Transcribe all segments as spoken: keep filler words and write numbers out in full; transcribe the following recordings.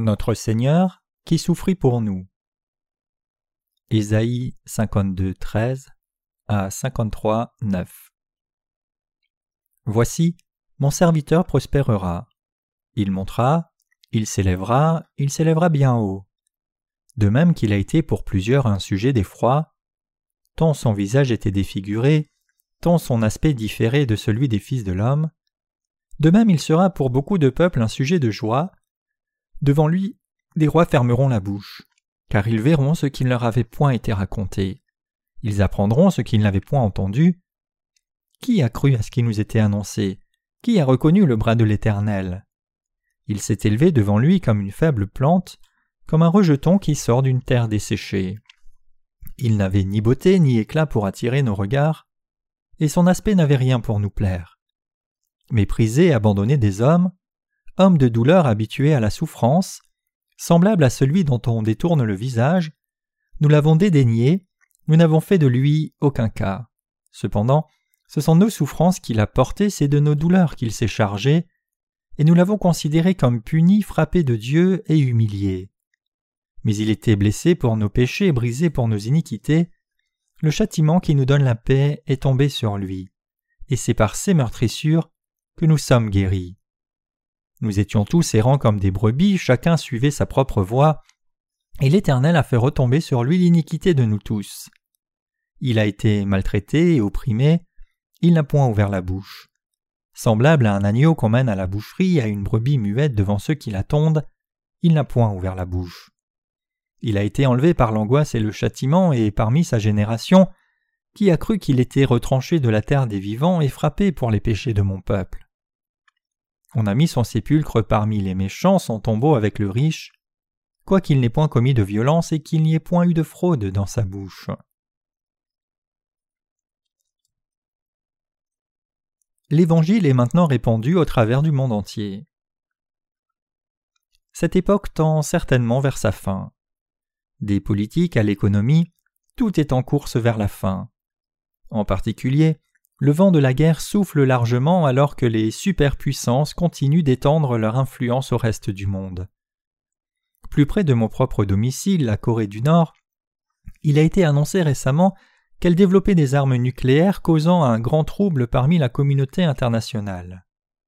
Notre Seigneur qui souffrit pour nous. Ésaïe cinquante-deux, treize à cinquante-trois, neuf. Voici, mon serviteur prospérera. Il montera, il s'élèvera, il s'élèvera bien haut. De même qu'il a été pour plusieurs un sujet d'effroi, tant son visage était défiguré, tant son aspect différait de celui des fils de l'homme. De même il sera pour beaucoup de peuples un sujet de joie. Devant lui, des rois fermeront la bouche, car ils verront ce qui ne leur avait point été raconté. Ils apprendront ce qu'ils n'avaient point entendu. Qui a cru à ce qui nous était annoncé? Qui a reconnu le bras de l'Éternel? Il s'est élevé devant lui comme une faible plante, comme un rejeton qui sort d'une terre desséchée. Il n'avait ni beauté ni éclat pour attirer nos regards, et son aspect n'avait rien pour nous plaire. Méprisé, abandonné des hommes, homme de douleur habitué à la souffrance, semblable à celui dont on détourne le visage, nous l'avons dédaigné, nous n'avons fait de lui aucun cas. Cependant, ce sont nos souffrances qu'il a portées, c'est de nos douleurs qu'il s'est chargé, et nous l'avons considéré comme puni, frappé de Dieu et humilié. Mais il était blessé pour nos péchés et brisé pour nos iniquités. Le châtiment qui nous donne la paix est tombé sur lui, et c'est par ses meurtrissures que nous sommes guéris. Nous étions tous errants comme des brebis, chacun suivait sa propre voie, et l'Éternel a fait retomber sur lui l'iniquité de nous tous. Il a été maltraité et opprimé, il n'a point ouvert la bouche. Semblable à un agneau qu'on mène à la boucherie, à une brebis muette devant ceux qui la tondent, il n'a point ouvert la bouche. Il a été enlevé par l'angoisse et le châtiment, et parmi sa génération, qui a cru qu'il était retranché de la terre des vivants et frappé pour les péchés de mon peuple. On a mis son sépulcre parmi les méchants, son tombeau avec le riche, quoiqu'il n'ait point commis de violence et qu'il n'y ait point eu de fraude dans sa bouche. L'Évangile est maintenant répandu au travers du monde entier. Cette époque tend certainement vers sa fin. Des politiques à l'économie, tout est en course vers la fin. En particulier, le vent de la guerre souffle largement alors que les superpuissances continuent d'étendre leur influence au reste du monde. Plus près de mon propre domicile, la Corée du Nord, il a été annoncé récemment qu'elle développait des armes nucléaires causant un grand trouble parmi la communauté internationale.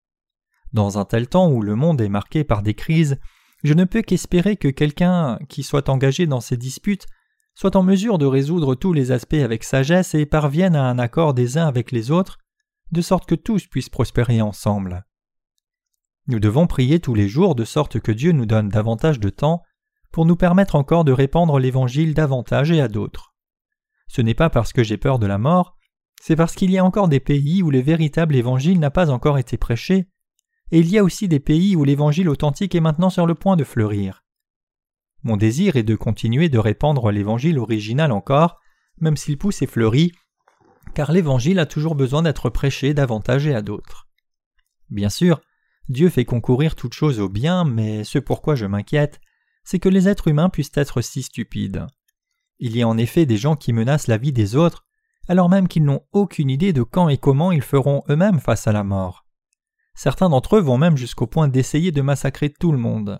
Dans un tel temps où le monde est marqué par des crises, je ne peux qu'espérer que quelqu'un qui soit engagé dans ces disputes soit en mesure de résoudre tous les aspects avec sagesse et parvienne à un accord des uns avec les autres, de sorte que tous puissent prospérer ensemble. Nous devons prier tous les jours de sorte que Dieu nous donne davantage de temps pour nous permettre encore de répandre l'Évangile davantage et à d'autres. Ce n'est pas parce que j'ai peur de la mort, c'est parce qu'il y a encore des pays où le véritable Évangile n'a pas encore été prêché, et il y a aussi des pays où l'Évangile authentique est maintenant sur le point de fleurir. Mon désir est de continuer de répandre l'Évangile original encore, même s'il pousse et fleurit, car l'Évangile a toujours besoin d'être prêché davantage et à d'autres. Bien sûr, Dieu fait concourir toutes choses au bien, mais ce pourquoi je m'inquiète, c'est que les êtres humains puissent être si stupides. Il y a en effet des gens qui menacent la vie des autres, alors même qu'ils n'ont aucune idée de quand et comment ils feront eux-mêmes face à la mort. Certains d'entre eux vont même jusqu'au point d'essayer de massacrer tout le monde.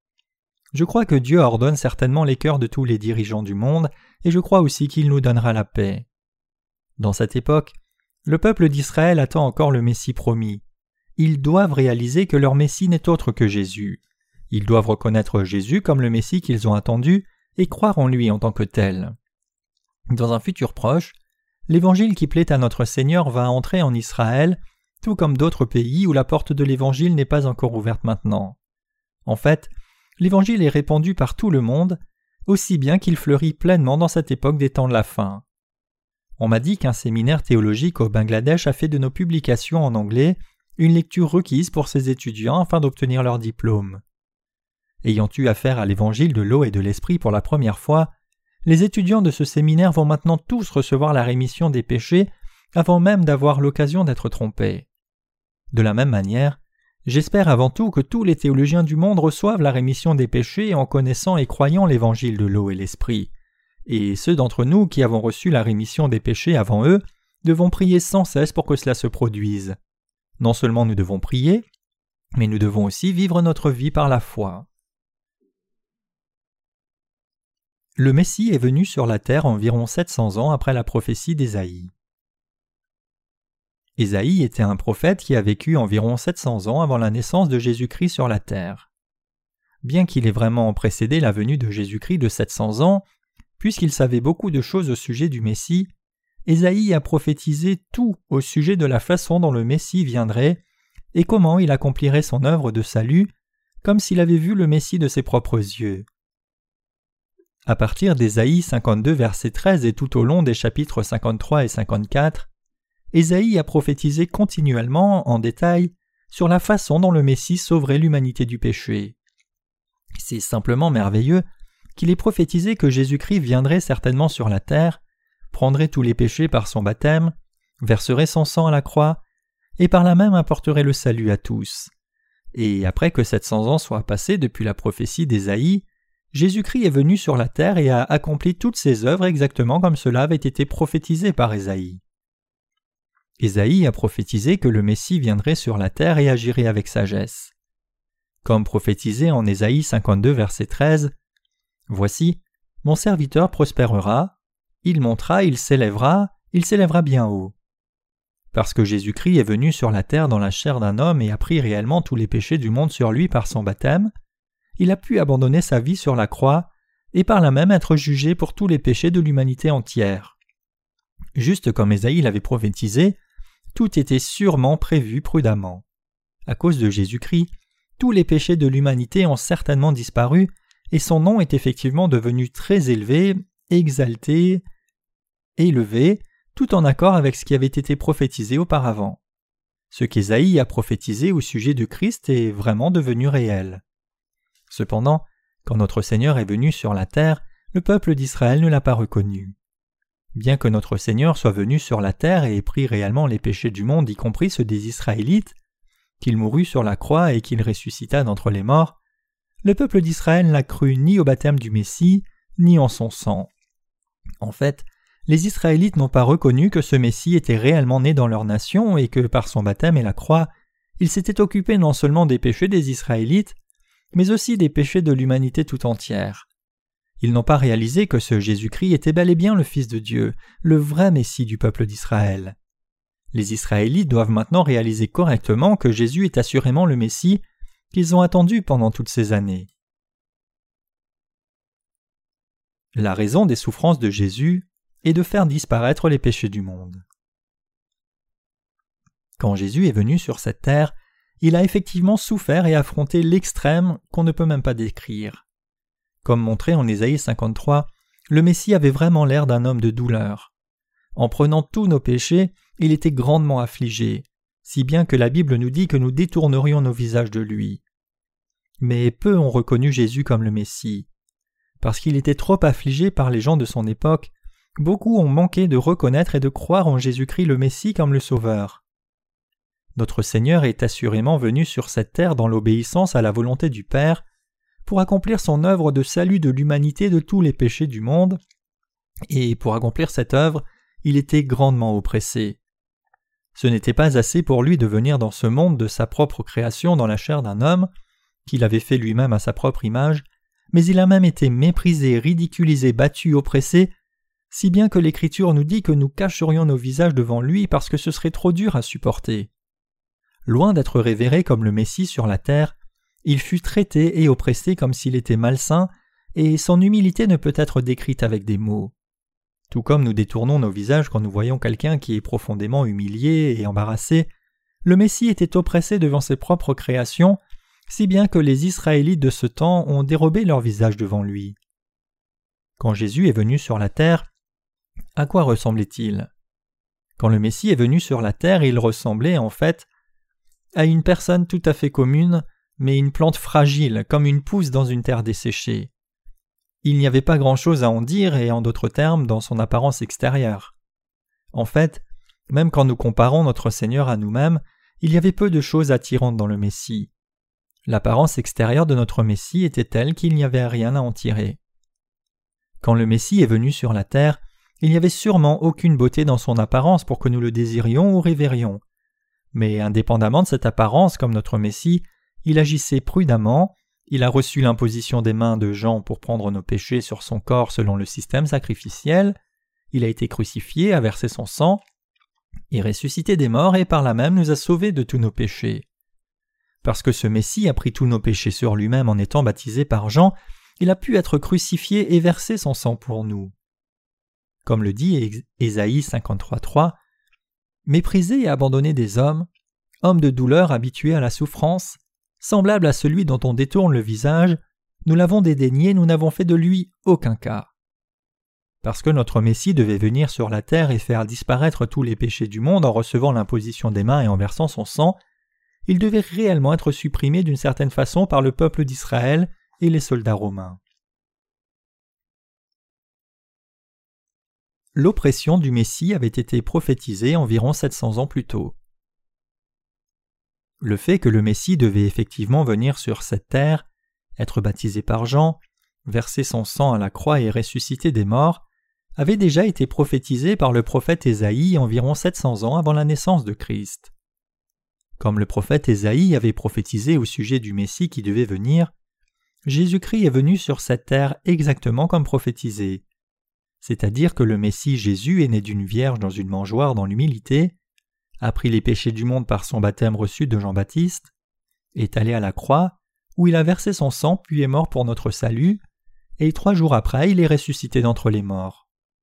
Je crois que Dieu ordonne certainement les cœurs de tous les dirigeants du monde, et je crois aussi qu'il nous donnera la paix. Dans cette époque, le peuple d'Israël attend encore le Messie promis. Ils doivent réaliser que leur Messie n'est autre que Jésus. Ils doivent reconnaître Jésus comme le Messie qu'ils ont attendu et croire en lui en tant que tel. Dans un futur proche, l'Évangile qui plaît à notre Seigneur va entrer en Israël, tout comme d'autres pays où la porte de l'Évangile n'est pas encore ouverte maintenant. En fait, l'Évangile est répandu par tout le monde, aussi bien qu'il fleurit pleinement dans cette époque des temps de la fin. On m'a dit qu'un séminaire théologique au Bangladesh a fait de nos publications en anglais une lecture requise pour ses étudiants afin d'obtenir leur diplôme. Ayant eu affaire à l'Évangile de l'eau et de l'Esprit pour la première fois, les étudiants de ce séminaire vont maintenant tous recevoir la rémission des péchés avant même d'avoir l'occasion d'être trompés. De la même manière, j'espère avant tout que tous les théologiens du monde reçoivent la rémission des péchés en connaissant et croyant l'Évangile de l'eau et l'Esprit, et ceux d'entre nous qui avons reçu la rémission des péchés avant eux devons prier sans cesse pour que cela se produise. Non seulement nous devons prier, mais nous devons aussi vivre notre vie par la foi. le Messie est venu sur la terre environ sept cents ans après la prophétie d'Ésaïe. Ésaïe était un prophète qui a vécu environ sept cents ans avant la naissance de Jésus-Christ sur la terre. Bien qu'il ait vraiment précédé la venue de Jésus-Christ de sept cents ans, puisqu'il savait beaucoup de choses au sujet du Messie, Ésaïe a prophétisé tout au sujet de la façon dont le Messie viendrait et comment il accomplirait son œuvre de salut, comme s'il avait vu le Messie de ses propres yeux. À partir d'Ésaïe cinquante-deux verset treize et tout au long des chapitres cinquante-trois et cinquante-quatre, Ésaïe a prophétisé continuellement, en détail, sur la façon dont le Messie sauverait l'humanité du péché. C'est simplement merveilleux qu'il ait prophétisé que Jésus-Christ viendrait certainement sur la terre, prendrait tous les péchés par son baptême, verserait son sang à la croix, et par là même apporterait le salut à tous. Et après que sept cents ans soient passés depuis la prophétie d'Ésaïe, Jésus-Christ est venu sur la terre et a accompli toutes ses œuvres exactement comme cela avait été prophétisé par Ésaïe. Ésaïe a prophétisé que le Messie viendrait sur la terre et agirait avec sagesse. Comme prophétisé en Ésaïe cinquante-deux verset treize, « Voici, mon serviteur prospérera, il montera, il s'élèvera, il s'élèvera bien haut. » Parce que Jésus-Christ est venu sur la terre dans la chair d'un homme et a pris réellement tous les péchés du monde sur lui par son baptême, il a pu abandonner sa vie sur la croix et par là même être jugé pour tous les péchés de l'humanité entière. Juste comme Ésaïe l'avait prophétisé, tout était sûrement prévu prudemment. À cause de Jésus-Christ, tous les péchés de l'humanité ont certainement disparu et son nom est effectivement devenu très élevé, exalté, élevé, tout en accord avec ce qui avait été prophétisé auparavant. Ce qu'Ésaïe a prophétisé au sujet du Christ est vraiment devenu réel. Cependant, quand notre Seigneur est venu sur la terre, le peuple d'Israël ne l'a pas reconnu. Bien que notre Seigneur soit venu sur la terre et ait pris réellement les péchés du monde, y compris ceux des Israélites, qu'il mourut sur la croix et qu'il ressuscita d'entre les morts, le peuple d'Israël n'a cru ni au baptême du Messie, ni en son sang. En fait, les Israélites n'ont pas reconnu que ce Messie était réellement né dans leur nation et que par son baptême et la croix, il s'était occupé non seulement des péchés des Israélites, mais aussi des péchés de l'humanité tout entière. Ils n'ont pas réalisé que ce Jésus-Christ était bel et bien le Fils de Dieu, le vrai Messie du peuple d'Israël. Les Israélites doivent maintenant réaliser correctement que Jésus est assurément le Messie qu'ils ont attendu pendant toutes ces années. La raison des souffrances de Jésus est de faire disparaître les péchés du monde. Quand Jésus est venu sur cette terre, il a effectivement souffert et affronté l'extrême qu'on ne peut même pas décrire. Comme montré en Ésaïe cinquante-trois, le Messie avait vraiment l'air d'un homme de douleur. En prenant tous nos péchés, il était grandement affligé, si bien que la Bible nous dit que nous détournerions nos visages de lui. Mais peu ont reconnu Jésus comme le Messie. Parce qu'il était trop affligé par les gens de son époque, beaucoup ont manqué de reconnaître et de croire en Jésus-Christ le Messie comme le Sauveur. Notre Seigneur est assurément venu sur cette terre dans l'obéissance à la volonté du Père, pour accomplir son œuvre de salut de l'humanité de tous les péchés du monde, et pour accomplir cette œuvre, il était grandement oppressé. Ce n'était pas assez pour lui de venir dans ce monde de sa propre création dans la chair d'un homme, qu'il avait fait lui-même à sa propre image, mais il a même été méprisé, ridiculisé, battu, oppressé, si bien que l'Écriture nous dit que nous cacherions nos visages devant lui parce que ce serait trop dur à supporter. Loin d'être révéré comme le Messie sur la terre, il fut traité et oppressé comme s'il était malsain, et son humilité ne peut être décrite avec des mots. Tout comme nous détournons nos visages quand nous voyons quelqu'un qui est profondément humilié et embarrassé, le Messie était oppressé devant ses propres créations, si bien que les Israélites de ce temps ont dérobé leur visage devant lui. Quand Jésus est venu sur la terre, à quoi ressemblait-il? Quand le Messie est venu sur la terre, il ressemblait en fait à une personne tout à fait commune, mais une plante fragile, comme une pousse dans une terre desséchée. Il n'y avait pas grand-chose à en dire, et en d'autres termes, dans son apparence extérieure. En fait, même quand nous comparons notre Seigneur à nous-mêmes, il y avait peu de choses attirantes dans le Messie. L'apparence extérieure de notre Messie était telle qu'il n'y avait rien à en tirer. Quand le Messie est venu sur la terre, il n'y avait sûrement aucune beauté dans son apparence pour que nous le désirions ou révérions. Mais indépendamment de cette apparence comme notre Messie, il agissait prudemment, il a reçu l'imposition des mains de Jean pour prendre nos péchés sur son corps selon le système sacrificiel, il a été crucifié, a versé son sang, est ressuscité des morts et par là même nous a sauvés de tous nos péchés. Parce que ce Messie a pris tous nos péchés sur lui-même en étant baptisé par Jean, il a pu être crucifié et verser son sang pour nous. Comme le dit Ésaïe cinquante-trois trois, « Méprisé et abandonné des hommes, homme de douleur habitué à la souffrance, semblable à celui dont on détourne le visage, nous l'avons dédaigné, nous n'avons fait de lui aucun cas. » Parce que notre Messie devait venir sur la terre et faire disparaître tous les péchés du monde en recevant l'imposition des mains et en versant son sang, il devait réellement être supprimé d'une certaine façon par le peuple d'Israël et les soldats romains. L'oppression du Messie avait été prophétisée environ sept cents ans plus tôt. Le fait que le Messie devait effectivement venir sur cette terre, être baptisé par Jean, verser son sang à la croix et ressusciter des morts, avait déjà été prophétisé par le prophète Ésaïe environ sept cents ans avant la naissance de Christ. Comme le prophète Ésaïe avait prophétisé au sujet du Messie qui devait venir, Jésus-Christ est venu sur cette terre exactement comme prophétisé. C'est-à-dire que le Messie Jésus est né d'une vierge dans une mangeoire dans l'humilité, a pris les péchés du monde par son baptême reçu de Jean-Baptiste, est allé à la croix, où il a versé son sang puis est mort pour notre salut, et trois jours après il est ressuscité d'entre les morts.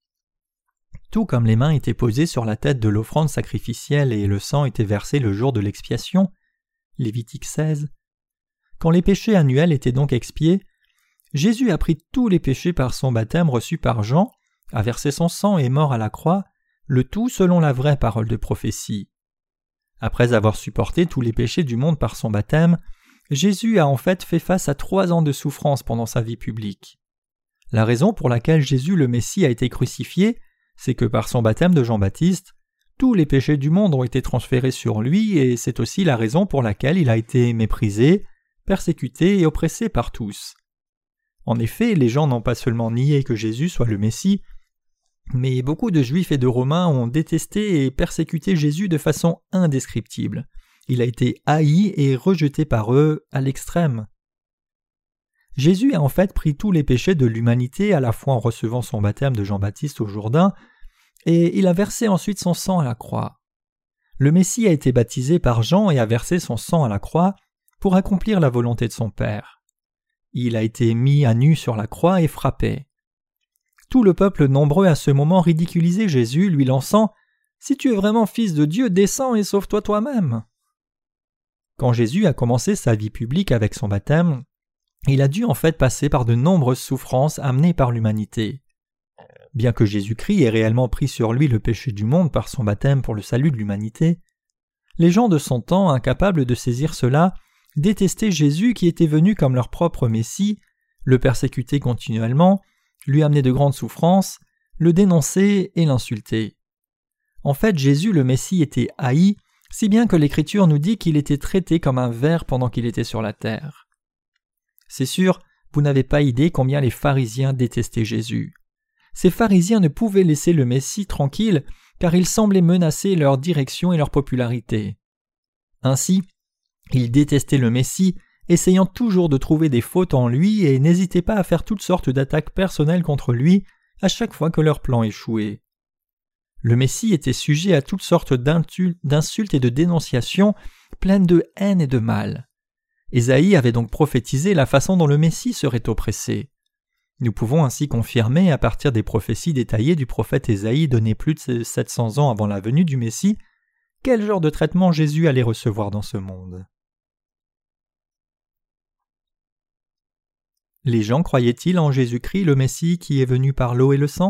Tout comme les mains étaient posées sur la tête de l'offrande sacrificielle et le sang était versé le jour de l'expiation, Lévitique seize, quand les péchés annuels étaient donc expiés, Jésus a pris tous les péchés par son baptême reçu par Jean, a versé son sang et est mort à la croix, le tout selon la vraie parole de prophétie. Après avoir supporté tous les péchés du monde par son baptême, Jésus a en fait fait face à trois ans de souffrance pendant sa vie publique. La raison pour laquelle Jésus le Messie a été crucifié, c'est que par son baptême de Jean-Baptiste, tous les péchés du monde ont été transférés sur lui et c'est aussi la raison pour laquelle il a été méprisé, persécuté et oppressé par tous. En effet, les gens n'ont pas seulement nié que Jésus soit le Messie, mais beaucoup de Juifs et de Romains ont détesté et persécuté Jésus de façon indescriptible. Il a été haï et rejeté par eux à l'extrême. Jésus a en fait pris tous les péchés de l'humanité à la fois en recevant son baptême de Jean-Baptiste au Jourdain, et il a versé ensuite son sang à la croix. Le Messie a été baptisé par Jean et a versé son sang à la croix pour accomplir la volonté de son Père. Il a été mis à nu sur la croix et frappé. Tout le peuple nombreux à ce moment ridiculisait Jésus, lui lançant « Si tu es vraiment fils de Dieu, descends et sauve-toi toi-même » Quand Jésus a commencé sa vie publique avec son baptême, il a dû en fait passer par de nombreuses souffrances amenées par l'humanité. Bien que Jésus-Christ ait réellement pris sur lui le péché du monde par son baptême pour le salut de l'humanité, les gens de son temps, incapables de saisir cela, détestaient Jésus qui était venu comme leur propre Messie, le persécuter continuellement, lui amener de grandes souffrances, le dénoncer et l'insulter. En fait, Jésus le Messie était haï, si bien que l'Écriture nous dit qu'il était traité comme un ver pendant qu'il était sur la terre. C'est sûr, vous n'avez pas idée combien les pharisiens détestaient Jésus. Ces pharisiens ne pouvaient laisser le Messie tranquille car il semblait menacer leur direction et leur popularité. Ainsi, ils détestaient le Messie, essayant toujours de trouver des fautes en lui et n'hésitaient pas à faire toutes sortes d'attaques personnelles contre lui à chaque fois que leur plan échouait. Le Messie était sujet à toutes sortes d'insultes et de dénonciations pleines de haine et de mal. Ésaïe avait donc prophétisé la façon dont le Messie serait oppressé. Nous pouvons ainsi confirmer, à partir des prophéties détaillées du prophète Ésaïe données plus de sept cents ans avant la venue du Messie, quel genre de traitement Jésus allait recevoir dans ce monde. Les gens croyaient-ils en Jésus-Christ, le Messie qui est venu par l'eau et le sang ?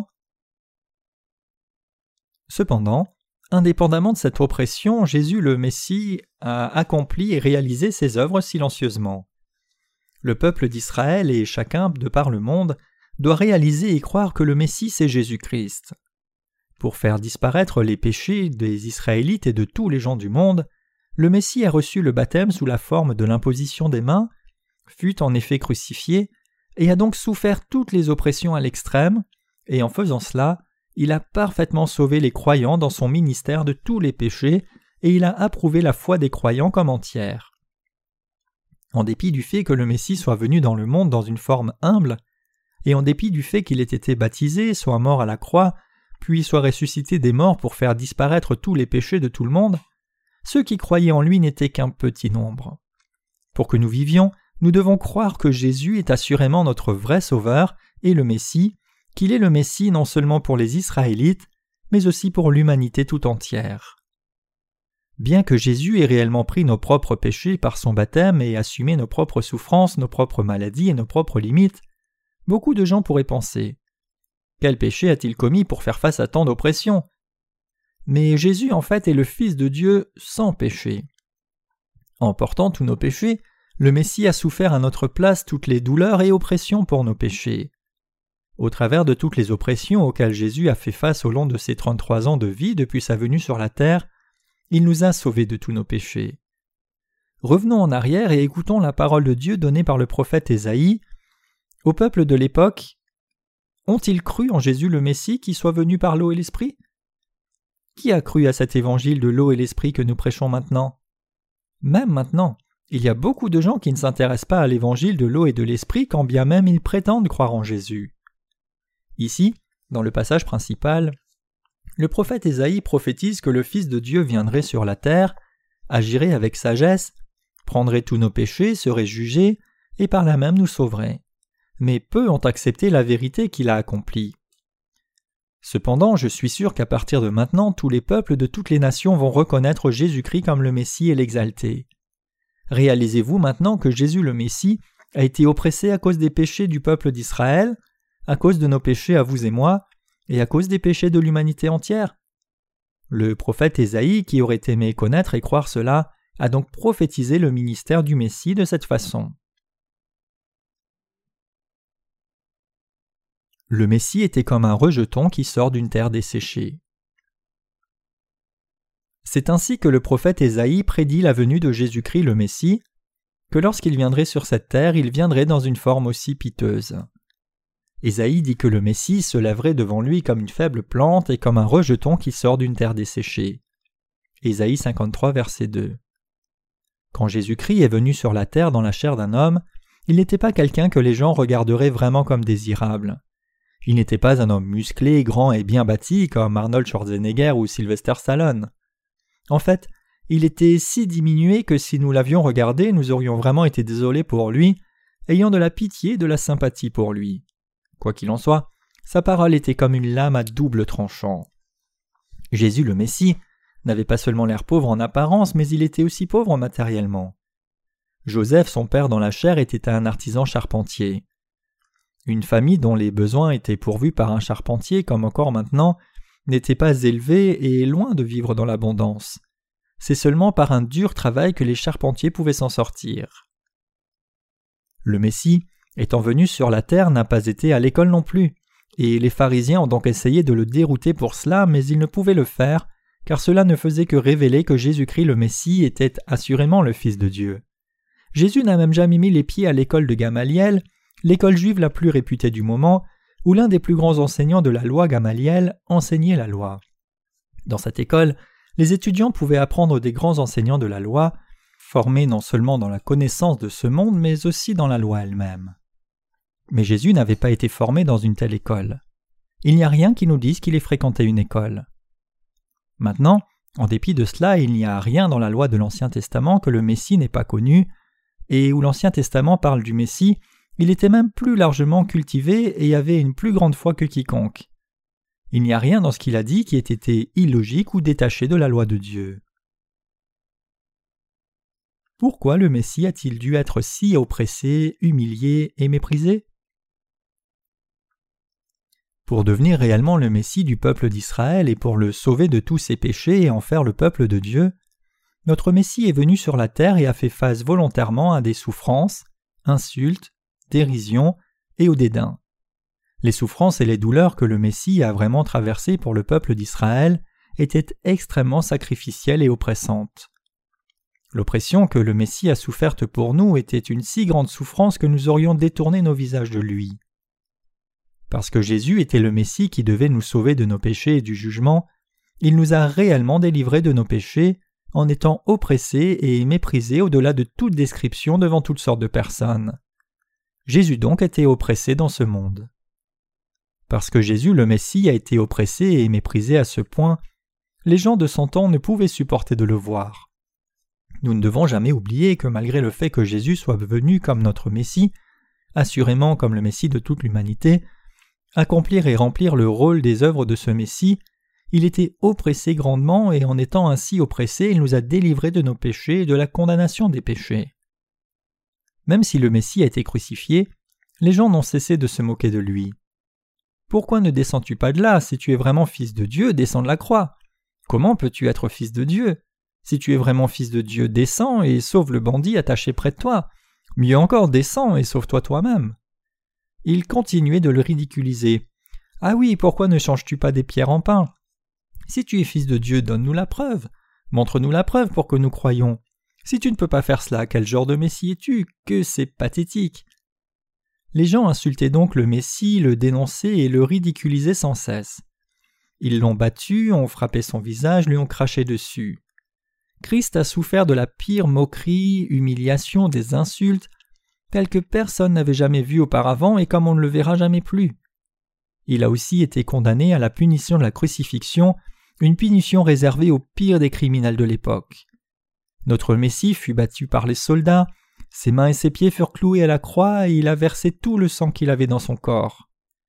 Cependant, indépendamment de cette oppression, Jésus le Messie a accompli et réalisé ses œuvres silencieusement. Le peuple d'Israël et chacun de par le monde doit réaliser et croire que le Messie c'est Jésus-Christ. Pour faire disparaître les péchés des Israélites et de tous les gens du monde, le Messie a reçu le baptême sous la forme de l'imposition des mains, fut en effet crucifié et a donc souffert toutes les oppressions à l'extrême, et en faisant cela, il a parfaitement sauvé les croyants dans son ministère de tous les péchés et il a approuvé la foi des croyants comme entière. En dépit du fait que le Messie soit venu dans le monde dans une forme humble, et en dépit du fait qu'il ait été baptisé, soit mort à la croix, puis soit ressuscité des morts pour faire disparaître tous les péchés de tout le monde, ceux qui croyaient en lui n'étaient qu'un petit nombre. Pour que nous vivions, nous devons croire que Jésus est assurément notre vrai Sauveur et le Messie, qu'il est le Messie non seulement pour les Israélites, mais aussi pour l'humanité tout entière. Bien que Jésus ait réellement pris nos propres péchés par son baptême et assumé nos propres souffrances, nos propres maladies et nos propres limites, beaucoup de gens pourraient penser « Quel péché a-t-il commis pour faire face à tant d'oppression ?» Mais Jésus en fait est le Fils de Dieu sans péché. En portant tous nos péchés, le Messie a souffert à notre place toutes les douleurs et oppressions pour nos péchés. Au travers de toutes les oppressions auxquelles Jésus a fait face au long de ses trente-trois ans de vie depuis sa venue sur la terre, il nous a sauvés de tous nos péchés. Revenons en arrière et écoutons la parole de Dieu donnée par le prophète Ésaïe. Au peuple de l'époque, ont-ils cru en Jésus le Messie qui soit venu par l'eau et l'esprit ? Qui a cru à cet évangile de l'eau et l'esprit que nous prêchons maintenant ? Même maintenant, il y a beaucoup de gens qui ne s'intéressent pas à l'évangile de l'eau et de l'esprit quand bien même ils prétendent croire en Jésus. Ici, dans le passage principal, le prophète Ésaïe prophétise que le Fils de Dieu viendrait sur la terre, agirait avec sagesse, prendrait tous nos péchés, serait jugé, et par là même nous sauverait. Mais peu ont accepté la vérité qu'il a accomplie. Cependant, je suis sûr qu'à partir de maintenant, tous les peuples de toutes les nations vont reconnaître Jésus-Christ comme le Messie et l'exalter. Réalisez-vous maintenant que Jésus le Messie a été oppressé à cause des péchés du peuple d'Israël, à cause de nos péchés à vous et moi, et à cause des péchés de l'humanité entière. Le prophète Ésaïe, qui aurait aimé connaître et croire cela, a donc prophétisé le ministère du Messie de cette façon. Le Messie était comme un rejeton qui sort d'une terre desséchée. C'est ainsi que le prophète Ésaïe prédit la venue de Jésus-Christ le Messie, que lorsqu'il viendrait sur cette terre, il viendrait dans une forme aussi piteuse. Ésaïe dit que le Messie se lèverait devant lui comme une faible plante et comme un rejeton qui sort d'une terre desséchée. Ésaïe cinquante-trois, verset deux. Quand Jésus-Christ est venu sur la terre dans la chair d'un homme, il n'était pas quelqu'un que les gens regarderaient vraiment comme désirable. Il n'était pas un homme musclé, grand et bien bâti comme Arnold Schwarzenegger ou Sylvester Stallone. En fait, il était si diminué que si nous l'avions regardé, nous aurions vraiment été désolés pour lui, ayant de la pitié et de la sympathie pour lui. Quoi qu'il en soit, sa parole était comme une lame à double tranchant. Jésus le Messie n'avait pas seulement l'air pauvre en apparence, mais il était aussi pauvre matériellement. Joseph, son père dans la chair, était un artisan charpentier. Une famille dont les besoins étaient pourvus par un charpentier, comme encore maintenant, n'était pas élevée et loin de vivre dans l'abondance. C'est seulement par un dur travail que les charpentiers pouvaient s'en sortir. Le Messie, étant venu sur la terre, n'a pas été à l'école non plus, et les pharisiens ont donc essayé de le dérouter pour cela, mais ils ne pouvaient le faire, car cela ne faisait que révéler que Jésus-Christ le Messie était assurément le Fils de Dieu. Jésus n'a même jamais mis les pieds à l'école de Gamaliel, l'école juive la plus réputée du moment, où l'un des plus grands enseignants de la loi, Gamaliel, enseignait la loi. Dans cette école, les étudiants pouvaient apprendre des grands enseignants de la loi, formés non seulement dans la connaissance de ce monde, mais aussi dans la loi elle-même. Mais Jésus n'avait pas été formé dans une telle école. Il n'y a rien qui nous dise qu'il ait fréquenté une école. Maintenant, en dépit de cela, il n'y a rien dans la loi de l'Ancien Testament que le Messie n'ait pas connu, et où l'Ancien Testament parle du Messie, il était même plus largement cultivé et avait une plus grande foi que quiconque. Il n'y a rien dans ce qu'il a dit qui ait été illogique ou détaché de la loi de Dieu. Pourquoi le Messie a-t-il dû être si oppressé, humilié et méprisé ? Pour devenir réellement le Messie du peuple d'Israël et pour le sauver de tous ses péchés et en faire le peuple de Dieu, notre Messie est venu sur la terre et a fait face volontairement à des souffrances, insultes, dérision et au dédain. Les souffrances et les douleurs que le Messie a vraiment traversées pour le peuple d'Israël étaient extrêmement sacrificielles et oppressantes. L'oppression que le Messie a soufferte pour nous était une si grande souffrance que nous aurions détourné nos visages de lui. Parce que Jésus était le Messie qui devait nous sauver de nos péchés et du jugement, il nous a réellement délivrés de nos péchés en étant oppressé et méprisé au-delà de toute description devant toutes sortes de personnes. Jésus donc était oppressé dans ce monde. Parce que Jésus le Messie a été oppressé et méprisé à ce point, les gens de son temps ne pouvaient supporter de le voir. Nous ne devons jamais oublier que malgré le fait que Jésus soit venu comme notre Messie, assurément comme le Messie de toute l'humanité, accomplir et remplir le rôle des œuvres de ce Messie, il était oppressé grandement et en étant ainsi oppressé, il nous a délivrés de nos péchés et de la condamnation des péchés. Même si le Messie a été crucifié, les gens n'ont cessé de se moquer de lui. « Pourquoi ne descends-tu pas de là? Si tu es vraiment fils de Dieu, descends de la croix. Comment peux-tu être fils de Dieu? Si tu es vraiment fils de Dieu, descends et sauve le bandit attaché près de toi. Mieux encore, descends et sauve-toi toi-même. » Il continuait de le ridiculiser. « Ah oui, pourquoi ne changes-tu pas des pierres en pain? Si tu es fils de Dieu, donne-nous la preuve. Montre-nous la preuve pour que nous croyions. Si tu ne peux pas faire cela, quel genre de Messie es-tu? Que c'est pathétique. » Les gens insultaient donc le Messie, le dénonçaient et le ridiculisaient sans cesse. Ils l'ont battu, ont frappé son visage, lui ont craché dessus. Christ a souffert de la pire moquerie, humiliation, des insultes, telles que personne n'avait jamais vu auparavant et comme on ne le verra jamais plus. Il a aussi été condamné à la punition de la crucifixion, une punition réservée aux pires des criminels de l'époque. Notre Messie fut battu par les soldats, ses mains et ses pieds furent cloués à la croix et il a versé tout le sang qu'il avait dans son corps.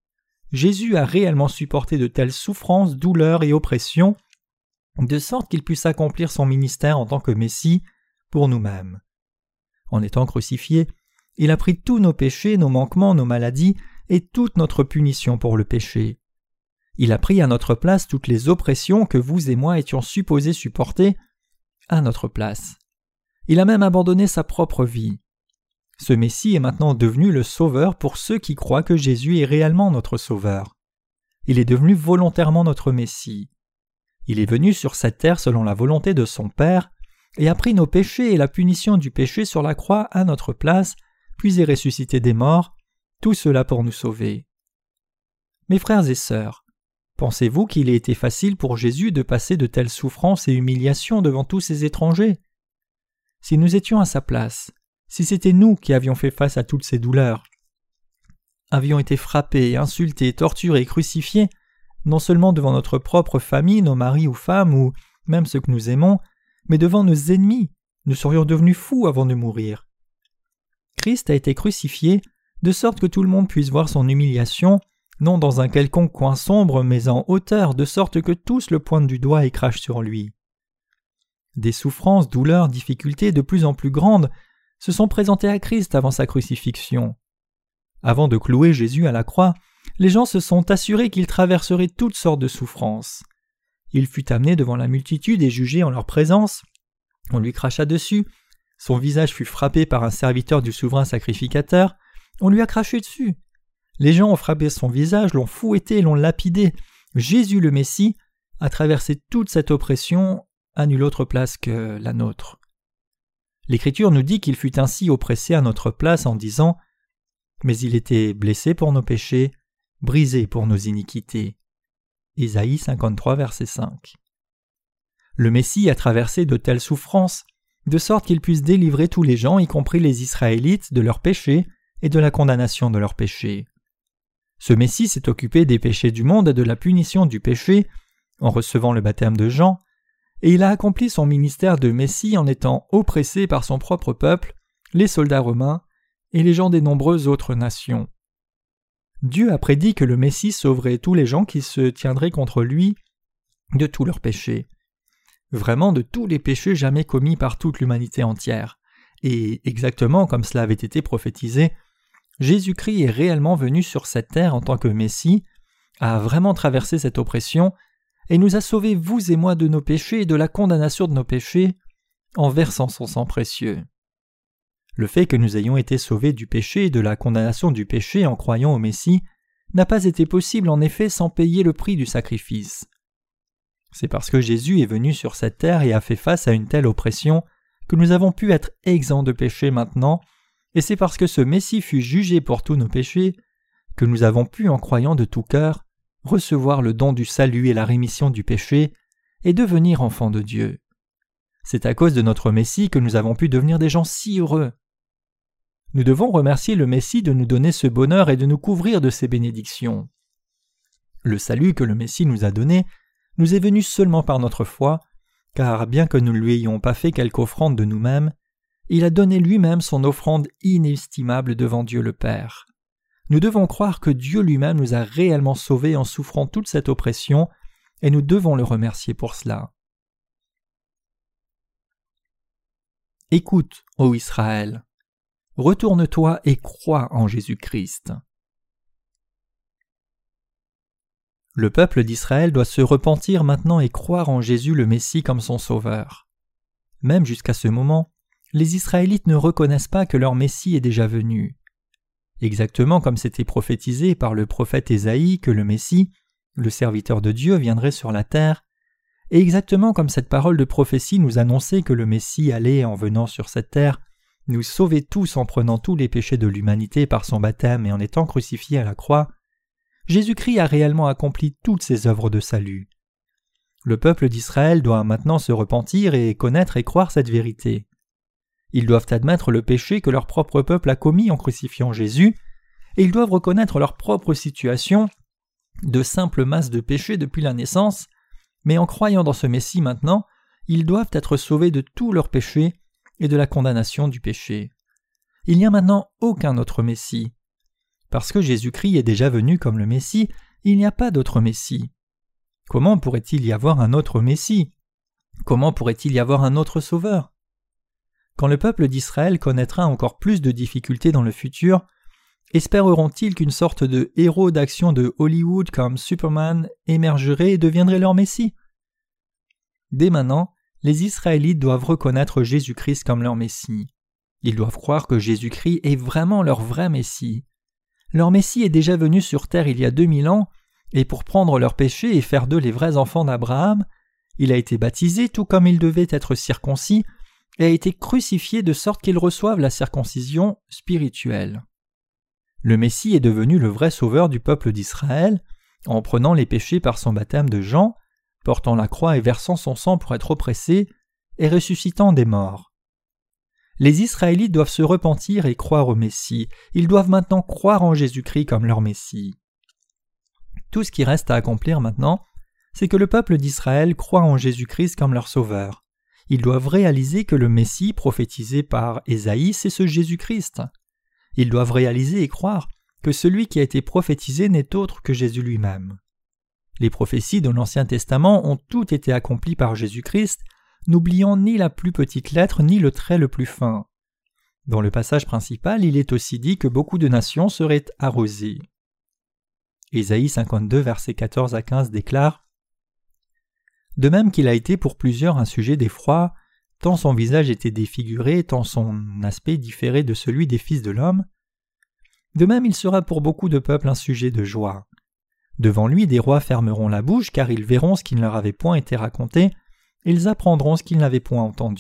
Jésus a réellement supporté de telles souffrances, douleurs et oppressions, de sorte qu'il puisse accomplir son ministère en tant que Messie pour nous-mêmes. En étant crucifié, il a pris tous nos péchés, nos manquements, nos maladies et toute notre punition pour le péché. Il a pris à notre place toutes les oppressions que vous et moi étions supposés supporter à notre place. Il a même abandonné sa propre vie. Ce Messie est maintenant devenu le Sauveur pour ceux qui croient que Jésus est réellement notre Sauveur. Il est devenu volontairement notre Messie. Il est venu sur cette terre selon la volonté de son Père et a pris nos péchés et la punition du péché sur la croix à notre place, puis est ressuscité des morts, tout cela pour nous sauver. Mes frères et sœurs, pensez-vous qu'il ait été facile pour Jésus de passer de telles souffrances et humiliations devant tous ces étrangers? Si nous étions à sa place, si c'était nous qui avions fait face à toutes ces douleurs, avions été frappés, insultés, torturés, crucifiés, non seulement devant notre propre famille, nos maris ou femmes, ou même ceux que nous aimons, mais devant nos ennemis, nous serions devenus fous avant de mourir. Christ a été crucifié de sorte que tout le monde puisse voir son humiliation, non dans un quelconque coin sombre, mais en hauteur, de sorte que tous le pointent du doigt et crachent sur lui. Des souffrances, douleurs, difficultés de plus en plus grandes se sont présentées à Christ avant sa crucifixion. Avant de clouer Jésus à la croix, les gens se sont assurés qu'il traverserait toutes sortes de souffrances. Il fut amené devant la multitude et jugé en leur présence. On lui cracha dessus. Son visage fut frappé par un serviteur du souverain sacrificateur. On lui a craché dessus. Les gens ont frappé son visage, l'ont fouetté, l'ont lapidé. Jésus le Messie a traversé toute cette oppression à nulle autre place que la nôtre. L'Écriture nous dit qu'il fut ainsi oppressé à notre place en disant « Mais il était blessé pour nos péchés, brisé pour nos iniquités. » Ésaïe cinquante-trois, verset cinq. Le Messie a traversé de telles souffrances, de sorte qu'il puisse délivrer tous les gens, y compris les Israélites, de leurs péchés et de la condamnation de leurs péchés. Ce Messie s'est occupé des péchés du monde et de la punition du péché en recevant le baptême de Jean, et il a accompli son ministère de Messie en étant oppressé par son propre peuple, les soldats romains et les gens des nombreuses autres nations. Dieu a prédit que le Messie sauverait tous les gens qui se tiendraient contre lui de tous leurs péchés. Vraiment de tous les péchés jamais commis par toute l'humanité entière. Et exactement comme cela avait été prophétisé, Jésus-Christ est réellement venu sur cette terre en tant que Messie, a vraiment traversé cette oppression, et nous a sauvés, vous et moi, de nos péchés et de la condamnation de nos péchés, en versant son sang précieux. Le fait que nous ayons été sauvés du péché et de la condamnation du péché en croyant au Messie n'a pas été possible en effet sans payer le prix du sacrifice. C'est parce que Jésus est venu sur cette terre et a fait face à une telle oppression que nous avons pu être exempts de péché maintenant, et c'est parce que ce Messie fut jugé pour tous nos péchés que nous avons pu, en croyant de tout cœur, recevoir le don du salut et la rémission du péché et devenir enfants de Dieu. C'est à cause de notre Messie que nous avons pu devenir des gens si heureux. Nous devons remercier le Messie de nous donner ce bonheur et de nous couvrir de ses bénédictions. Le salut que le Messie nous a donné nous est venu seulement par notre foi, car bien que nous ne lui ayons pas fait quelque offrande de nous-mêmes, il a donné lui-même son offrande inestimable devant Dieu le Père. Nous devons croire que Dieu lui-même nous a réellement sauvés en souffrant toute cette oppression, et nous devons le remercier pour cela. Écoute, ô Israël, retourne-toi et crois en Jésus-Christ. Le peuple d'Israël doit se repentir maintenant et croire en Jésus le Messie comme son sauveur. Même jusqu'à ce moment, les Israélites ne reconnaissent pas que leur Messie est déjà venu. Exactement comme c'était prophétisé par le prophète Ésaïe que le Messie, le serviteur de Dieu, viendrait sur la terre, et exactement comme cette parole de prophétie nous annonçait que le Messie allait, en venant sur cette terre, nous sauver tous en prenant tous les péchés de l'humanité par son baptême et en étant crucifié à la croix, Jésus-Christ a réellement accompli toutes ses œuvres de salut. Le peuple d'Israël doit maintenant se repentir et connaître et croire cette vérité. Ils doivent admettre le péché que leur propre peuple a commis en crucifiant Jésus, et ils doivent reconnaître leur propre situation de simple masse de péché depuis la naissance, mais en croyant dans ce Messie maintenant, ils doivent être sauvés de tous leurs péchés et de la condamnation du péché. Il n'y a maintenant aucun autre Messie. Parce que Jésus-Christ est déjà venu comme le Messie, il n'y a pas d'autre Messie. Comment pourrait-il y avoir un autre Messie? Comment pourrait-il y avoir un autre Sauveur? Quand le peuple d'Israël connaîtra encore plus de difficultés dans le futur, espéreront-ils qu'une sorte de héros d'action de Hollywood comme Superman émergerait et deviendrait leur Messie? Dès maintenant, les Israélites doivent reconnaître Jésus-Christ comme leur Messie. Ils doivent croire que Jésus-Christ est vraiment leur vrai Messie. Leur Messie est déjà venu sur terre il y a deux mille ans, et pour prendre leurs péchés et faire d'eux les vrais enfants d'Abraham, il a été baptisé tout comme il devait être circoncis, et a été crucifié de sorte qu'ils reçoivent la circoncision spirituelle. Le Messie est devenu le vrai sauveur du peuple d'Israël, en prenant les péchés par son baptême de Jean, portant la croix et versant son sang pour être oppressé, et ressuscitant des morts. Les Israélites doivent se repentir et croire au Messie. Ils doivent maintenant croire en Jésus-Christ comme leur Messie. Tout ce qui reste à accomplir maintenant, c'est que le peuple d'Israël croit en Jésus-Christ comme leur sauveur. Ils doivent réaliser que le Messie prophétisé par Ésaïe, c'est ce Jésus-Christ. Ils doivent réaliser et croire que celui qui a été prophétisé n'est autre que Jésus lui-même. Les prophéties de l'Ancien Testament ont toutes été accomplies par Jésus-Christ, n'oubliant ni la plus petite lettre ni le trait le plus fin. Dans le passage principal, il est aussi dit que beaucoup de nations seraient arrosées. Ésaïe cinquante-deux, versets quatorze à quinze déclare « De même qu'il a été pour plusieurs un sujet d'effroi, tant son visage était défiguré, tant son aspect différait de celui des fils de l'homme, de même il sera pour beaucoup de peuples un sujet de joie. Devant lui des rois fermeront la bouche, car ils verront ce qui ne leur avait point été raconté, ils apprendront ce qu'ils n'avaient point entendu. »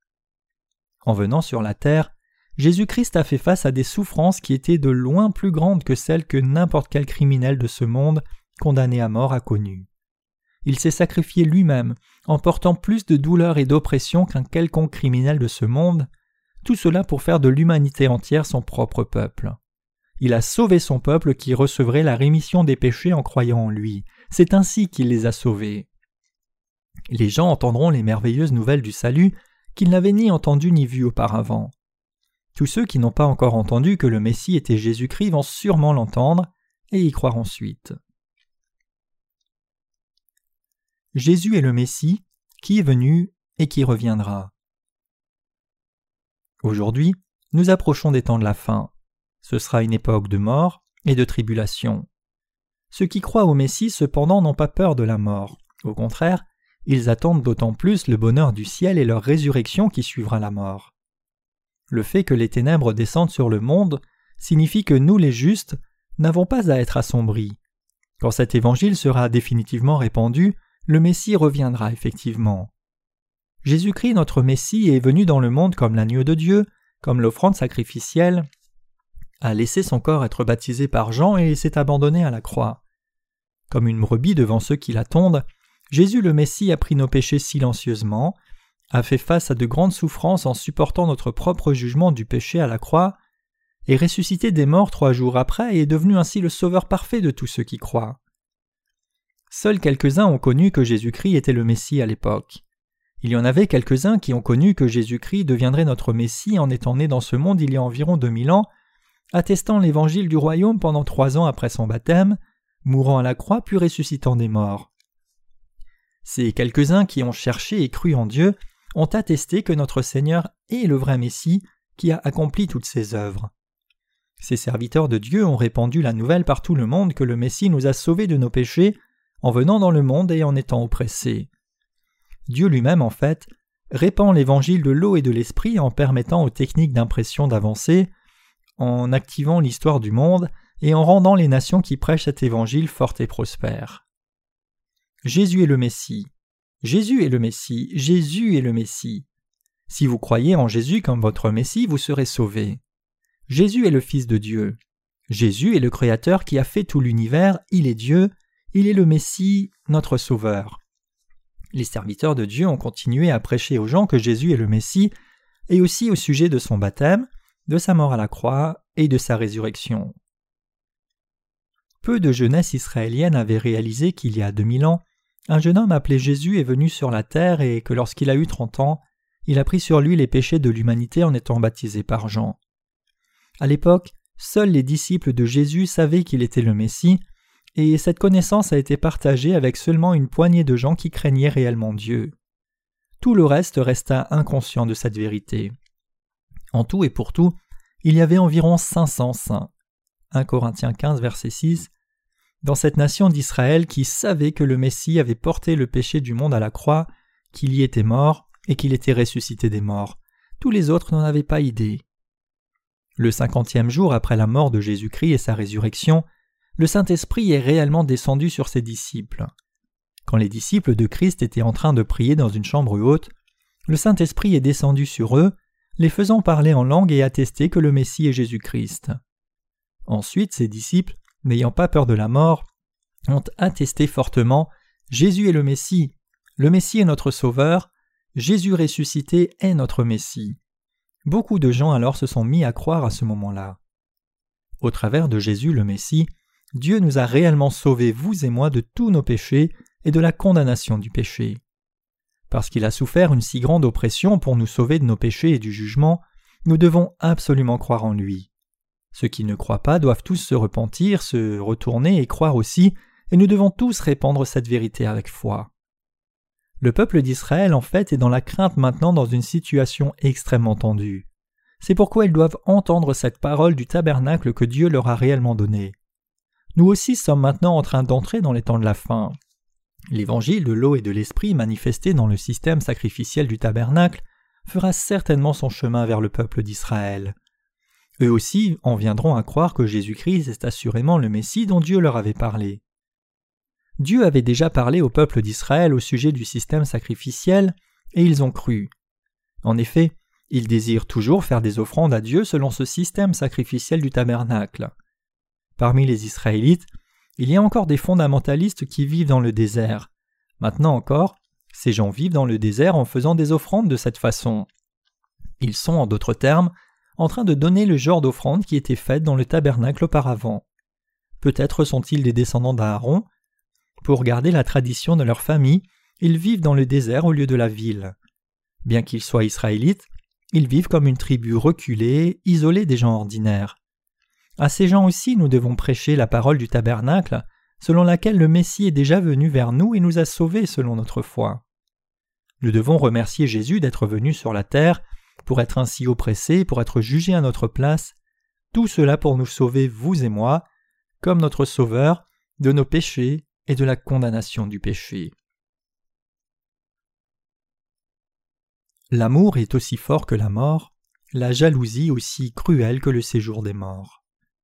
En venant sur la terre, Jésus-Christ a fait face à des souffrances qui étaient de loin plus grandes que celles que n'importe quel criminel de ce monde condamné à mort a connues. Il s'est sacrifié lui-même en portant plus de douleur et d'oppression qu'un quelconque criminel de ce monde, tout cela pour faire de l'humanité entière son propre peuple. Il a sauvé son peuple qui recevrait la rémission des péchés en croyant en lui. C'est ainsi qu'il les a sauvés. Les gens entendront les merveilleuses nouvelles du salut qu'ils n'avaient ni entendues ni vues auparavant. Tous ceux qui n'ont pas encore entendu que le Messie était Jésus-Christ vont sûrement l'entendre et y croire ensuite. Jésus est le Messie, qui est venu et qui reviendra. Aujourd'hui, nous approchons des temps de la fin. Ce sera une époque de mort et de tribulation. Ceux qui croient au Messie, cependant, n'ont pas peur de la mort. Au contraire, ils attendent d'autant plus le bonheur du ciel et leur résurrection qui suivra la mort. Le fait que les ténèbres descendent sur le monde signifie que nous, les justes, n'avons pas à être assombris. Quand cet évangile sera définitivement répandu, le Messie reviendra effectivement. Jésus-Christ, notre Messie, est venu dans le monde comme l'agneau de Dieu, comme l'offrande sacrificielle, a laissé son corps être baptisé par Jean et s'est abandonné à la croix. Comme une brebis devant ceux qui l'attendent, Jésus le Messie a pris nos péchés silencieusement, a fait face à de grandes souffrances en supportant notre propre jugement du péché à la croix, est ressuscité des morts trois jours après et est devenu ainsi le sauveur parfait de tous ceux qui croient. Seuls quelques-uns ont connu que Jésus-Christ était le Messie à l'époque. Il y en avait quelques-uns qui ont connu que Jésus-Christ deviendrait notre Messie en étant né dans ce monde il y a environ deux mille ans, attestant l'évangile du royaume pendant trois ans après son baptême, mourant à la croix puis ressuscitant des morts. Ces quelques-uns qui ont cherché et cru en Dieu ont attesté que notre Seigneur est le vrai Messie qui a accompli toutes ses œuvres. Ces serviteurs de Dieu ont répandu la nouvelle par tout le monde que le Messie nous a sauvés de nos péchés en venant dans le monde et en étant oppressés. Dieu lui-même, en fait, répand l'évangile de l'eau et de l'esprit en permettant aux techniques d'impression d'avancer, en activant l'histoire du monde et en rendant les nations qui prêchent cet évangile fortes et prospères. Jésus est le Messie. Jésus est le Messie. Jésus est le Messie. Si vous croyez en Jésus comme votre Messie, vous serez sauvés. Jésus est le Fils de Dieu. Jésus est le Créateur qui a fait tout l'univers, il est Dieu, il est le Messie, notre Sauveur. Les serviteurs de Dieu ont continué à prêcher aux gens que Jésus est le Messie, et aussi au sujet de son baptême, de sa mort à la croix et de sa résurrection. Peu de jeunesse israélienne avait réalisé qu'il y a deux mille ans, un jeune homme appelé Jésus est venu sur la terre et que lorsqu'il a eu trente ans, il a pris sur lui les péchés de l'humanité en étant baptisé par Jean. À l'époque, seuls les disciples de Jésus savaient qu'il était le Messie, et cette connaissance a été partagée avec seulement une poignée de gens qui craignaient réellement Dieu. Tout le reste resta inconscient de cette vérité. En tout et pour tout, il y avait environ cinq cents saints. un Corinthiens quinze, verset six, dans cette nation d'Israël qui savait que le Messie avait porté le péché du monde à la croix, qu'il y était mort et qu'il était ressuscité des morts. Tous les autres n'en avaient pas idée. Le cinquantième jour après la mort de Jésus-Christ et sa résurrection, le Saint-Esprit est réellement descendu sur ses disciples. Quand les disciples de Christ étaient en train de prier dans une chambre haute, le Saint-Esprit est descendu sur eux, les faisant parler en langue et attester que le Messie est Jésus-Christ. Ensuite, ces disciples, n'ayant pas peur de la mort, ont attesté fortement « Jésus est le Messie, le Messie est notre Sauveur, Jésus ressuscité est notre Messie ». Beaucoup de gens alors se sont mis à croire à ce moment-là. Au travers de Jésus le Messie, Dieu nous a réellement sauvés, vous et moi, de tous nos péchés et de la condamnation du péché. Parce qu'il a souffert une si grande oppression pour nous sauver de nos péchés et du jugement, nous devons absolument croire en lui. Ceux qui ne croient pas doivent tous se repentir, se retourner et croire aussi, et nous devons tous répandre cette vérité avec foi. Le peuple d'Israël, en fait, est dans la crainte maintenant dans une situation extrêmement tendue. C'est pourquoi ils doivent entendre cette parole du tabernacle que Dieu leur a réellement donnée. Nous aussi sommes maintenant en train d'entrer dans les temps de la fin. L'évangile de l'eau et de l'esprit manifesté dans le système sacrificiel du tabernacle fera certainement son chemin vers le peuple d'Israël. Eux aussi en viendront à croire que Jésus-Christ est assurément le Messie dont Dieu leur avait parlé. Dieu avait déjà parlé au peuple d'Israël au sujet du système sacrificiel, et ils ont cru. En effet, ils désirent toujours faire des offrandes à Dieu selon ce système sacrificiel du tabernacle. Parmi les Israélites, il y a encore des fondamentalistes qui vivent dans le désert. Maintenant encore, ces gens vivent dans le désert en faisant des offrandes de cette façon. Ils sont, en d'autres termes, en train de donner le genre d'offrande qui était faite dans le tabernacle auparavant. Peut-être sont-ils des descendants d'Aaron. Pour garder la tradition de leur famille, ils vivent dans le désert au lieu de la ville. Bien qu'ils soient israélites, ils vivent comme une tribu reculée, isolée des gens ordinaires. À ces gens aussi, nous devons prêcher la parole du tabernacle, selon laquelle le Messie est déjà venu vers nous et nous a sauvés selon notre foi. Nous devons remercier Jésus d'être venu sur la terre, pour être ainsi oppressé, pour être jugé à notre place, tout cela pour nous sauver, vous et moi, comme notre Sauveur, de nos péchés et de la condamnation du péché. L'amour est aussi fort que la mort, la jalousie aussi cruelle que le séjour des morts.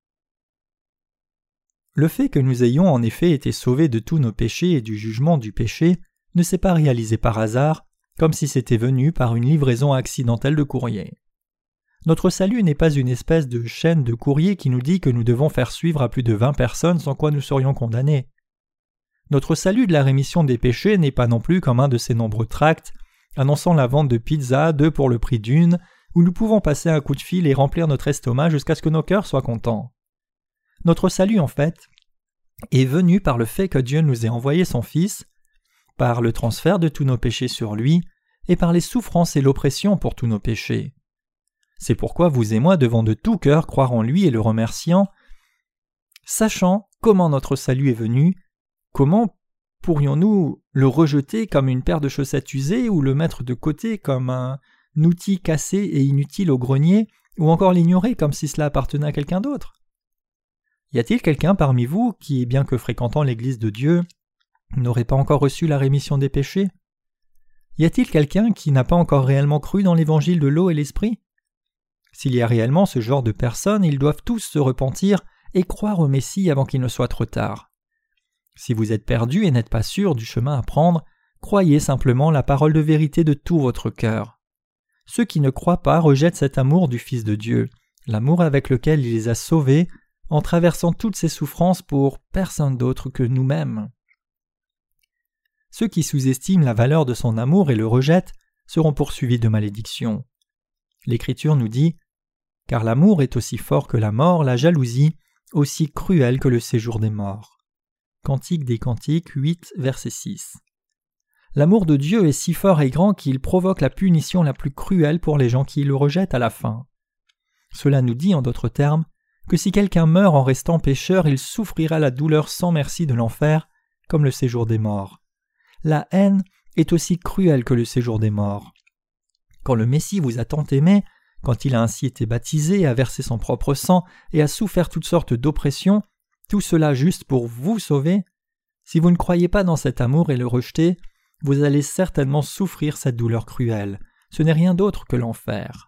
Le fait que nous ayons en effet été sauvés de tous nos péchés et du jugement du péché ne s'est pas réalisé par hasard, comme si c'était venu par une livraison accidentelle de courrier. Notre salut n'est pas une espèce de chaîne de courrier qui nous dit que nous devons faire suivre à plus de vingt personnes sans quoi nous serions condamnés. Notre salut de la rémission des péchés n'est pas non plus comme un de ces nombreux tracts annonçant la vente de pizzas, deux pour le prix d'une, où nous pouvons passer un coup de fil et remplir notre estomac jusqu'à ce que nos cœurs soient contents. Notre salut, en fait, est venu par le fait que Dieu nous ait envoyé son Fils, par le transfert de tous nos péchés sur lui, et par les souffrances et l'oppression pour tous nos péchés. C'est pourquoi vous et moi devons de tout cœur croire en lui et le remerciant, sachant comment notre salut est venu, comment pourrions-nous le rejeter comme une paire de chaussettes usées ou le mettre de côté comme un outil cassé et inutile au grenier, ou encore l'ignorer comme si cela appartenait à quelqu'un d'autre? Y a-t-il quelqu'un parmi vous qui, bien que fréquentant l'Église de Dieu, n'aurait pas encore reçu la rémission des péchés? Y a-t-il quelqu'un qui n'a pas encore réellement cru dans l'évangile de l'eau et l'esprit? S'il y a réellement ce genre de personnes, ils doivent tous se repentir et croire au Messie avant qu'il ne soit trop tard. Si vous êtes perdu et n'êtes pas sûr du chemin à prendre, croyez simplement la parole de vérité de tout votre cœur. Ceux qui ne croient pas rejettent cet amour du Fils de Dieu, l'amour avec lequel il les a sauvés, en traversant toutes ces souffrances pour personne d'autre que nous-mêmes. Ceux qui sous-estiment la valeur de son amour et le rejettent seront poursuivis de malédiction. L'Écriture nous dit « Car l'amour est aussi fort que la mort, la jalousie aussi cruelle que le séjour des morts. » Cantique des Cantiques huit, verset six. L'amour de Dieu est si fort et grand qu'il provoque la punition la plus cruelle pour les gens qui le rejettent à la fin. Cela nous dit, en d'autres termes, que si quelqu'un meurt en restant pécheur, il souffrira la douleur sans merci de l'enfer, comme le séjour des morts. La haine est aussi cruelle que le séjour des morts. Quand le Messie vous a tant aimé, quand il a ainsi été baptisé, a versé son propre sang et a souffert toutes sortes d'oppressions, tout cela juste pour vous sauver, si vous ne croyez pas dans cet amour et le rejetez, vous allez certainement souffrir cette douleur cruelle. Ce n'est rien d'autre que l'enfer.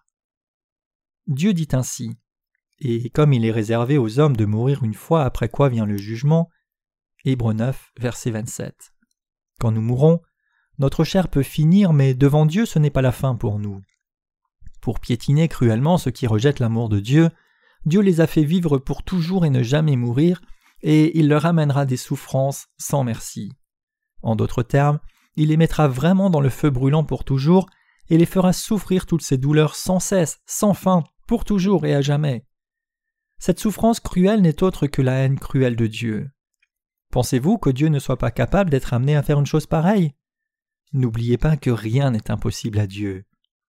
Dieu dit ainsi, et comme il est réservé aux hommes de mourir une fois après quoi vient le jugement, Hébreux neuf, verset vingt-sept. Quand nous mourrons, notre chair peut finir, mais devant Dieu ce n'est pas la fin pour nous. Pour piétiner cruellement ceux qui rejettent l'amour de Dieu, Dieu les a fait vivre pour toujours et ne jamais mourir, et il leur amènera des souffrances sans merci. En d'autres termes, il les mettra vraiment dans le feu brûlant pour toujours, et les fera souffrir toutes ces douleurs sans cesse, sans fin, pour toujours et à jamais. Cette souffrance cruelle n'est autre que la haine cruelle de Dieu. Pensez-vous que Dieu ne soit pas capable d'être amené à faire une chose pareille? N'oubliez pas que rien n'est impossible à Dieu.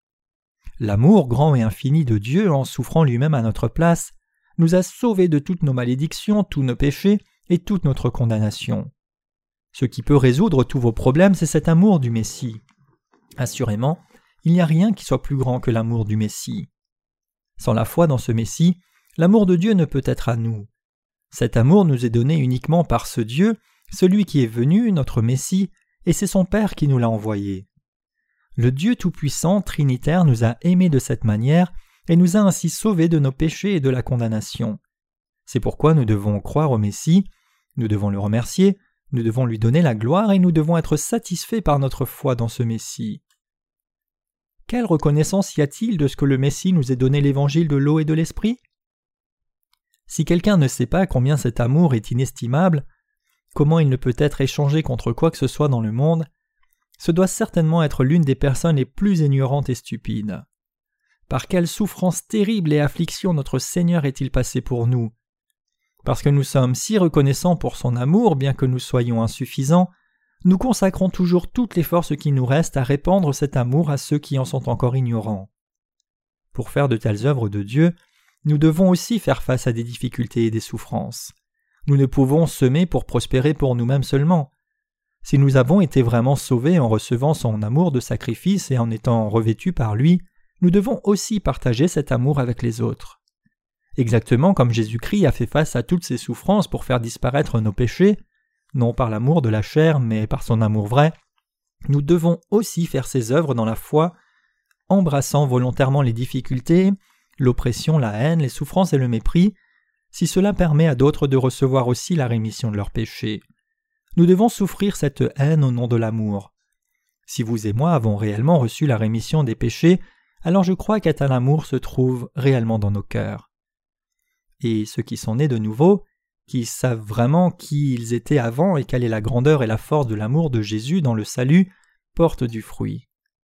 L'amour grand et infini de Dieu, en souffrant lui-même à notre place, nous a sauvés de toutes nos malédictions, tous nos péchés et toute notre condamnation. Ce qui peut résoudre tous vos problèmes, c'est cet amour du Messie. Assurément, il n'y a rien qui soit plus grand que l'amour du Messie. Sans la foi dans ce Messie, l'amour de Dieu ne peut être à nous. Cet amour nous est donné uniquement par ce Dieu, celui qui est venu, notre Messie, et c'est son Père qui nous l'a envoyé. Le Dieu Tout-Puissant, Trinitaire, nous a aimés de cette manière et nous a ainsi sauvés de nos péchés et de la condamnation. C'est pourquoi nous devons croire au Messie, nous devons le remercier, nous devons lui donner la gloire et nous devons être satisfaits par notre foi dans ce Messie. Quelle reconnaissance y a-t-il de ce que le Messie nous ait donné l'évangile de l'eau et de l'esprit? Si quelqu'un ne sait pas combien cet amour est inestimable, comment il ne peut être échangé contre quoi que ce soit dans le monde, ce doit certainement être l'une des personnes les plus ignorantes et stupides. Par quelle souffrance terrible et affliction notre Seigneur est-il passé pour nous? Parce que nous sommes si reconnaissants pour son amour, bien que nous soyons insuffisants, nous consacrons toujours toutes les forces qui nous restent à répandre cet amour à ceux qui en sont encore ignorants. Pour faire de telles œuvres de Dieu, nous devons aussi faire face à des difficultés et des souffrances. Nous ne pouvons semer pour prospérer pour nous-mêmes seulement. Si nous avons été vraiment sauvés en recevant son amour de sacrifice et en étant revêtus par lui, nous devons aussi partager cet amour avec les autres. Exactement comme Jésus-Christ a fait face à toutes ces souffrances pour faire disparaître nos péchés, non par l'amour de la chair mais par son amour vrai, nous devons aussi faire ces œuvres dans la foi, embrassant volontairement les difficultés, l'oppression, la haine, les souffrances et le mépris, si cela permet à d'autres de recevoir aussi la rémission de leurs péchés. Nous devons souffrir cette haine au nom de l'amour. Si vous et moi avons réellement reçu la rémission des péchés, alors je crois qu'un tel amour se trouve réellement dans nos cœurs. Et ceux qui sont nés de nouveau, qui savent vraiment qui ils étaient avant et quelle est la grandeur et la force de l'amour de Jésus dans le salut, portent du fruit.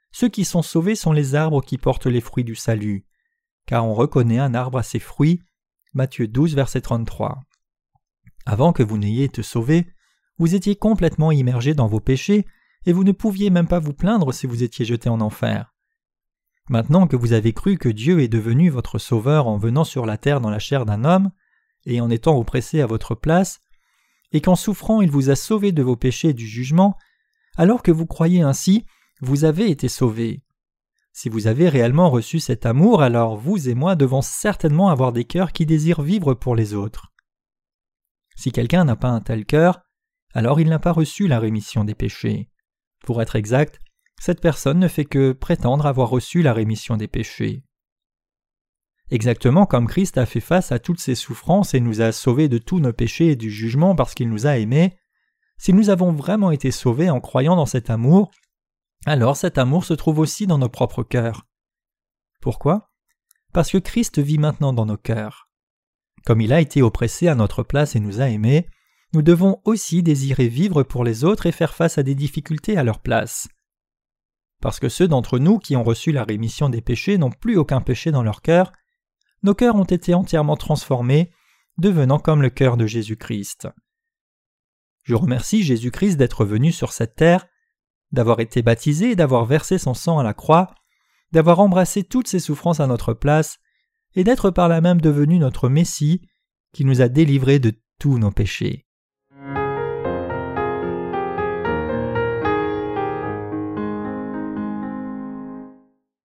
ceux qui sont sauvés sont les arbres qui portent les fruits du salut, car on reconnaît un arbre à ses fruits. Matthieu douze, verset trente-trois. Avant que vous n'ayez été sauvés, vous étiez complètement immergés dans vos péchés et vous ne pouviez même pas vous plaindre si vous étiez jetés en enfer. Maintenant que vous avez cru que Dieu est devenu votre sauveur en venant sur la terre dans la chair d'un homme et en étant oppressé à votre place, et qu'en souffrant il vous a sauvés de vos péchés et du jugement, alors que vous croyez ainsi, vous avez été sauvés. Si vous avez réellement reçu cet amour, alors vous et moi devons certainement avoir des cœurs qui désirent vivre pour les autres. Si quelqu'un n'a pas un tel cœur, alors il n'a pas reçu la rémission des péchés. Pour être exact, cette personne ne fait que prétendre avoir reçu la rémission des péchés. Exactement comme Christ a fait face à toutes ses souffrances et nous a sauvés de tous nos péchés et du jugement parce qu'il nous a aimés, si nous avons vraiment été sauvés en croyant dans cet amour, alors cet amour se trouve aussi dans nos propres cœurs. Pourquoi ? Parce que Christ vit maintenant dans nos cœurs. Comme il a été oppressé à notre place et nous a aimés, nous devons aussi désirer vivre pour les autres et faire face à des difficultés à leur place. Parce que ceux d'entre nous qui ont reçu la rémission des péchés n'ont plus aucun péché dans leur cœur, nos cœurs ont été entièrement transformés, devenant comme le cœur de Jésus-Christ. Je remercie Jésus-Christ d'être venu sur cette terre, d'avoir été baptisé et d'avoir versé son sang à la croix, d'avoir embrassé toutes ses souffrances à notre place, et d'être par là même devenu notre Messie, qui nous a délivrés de tous nos péchés.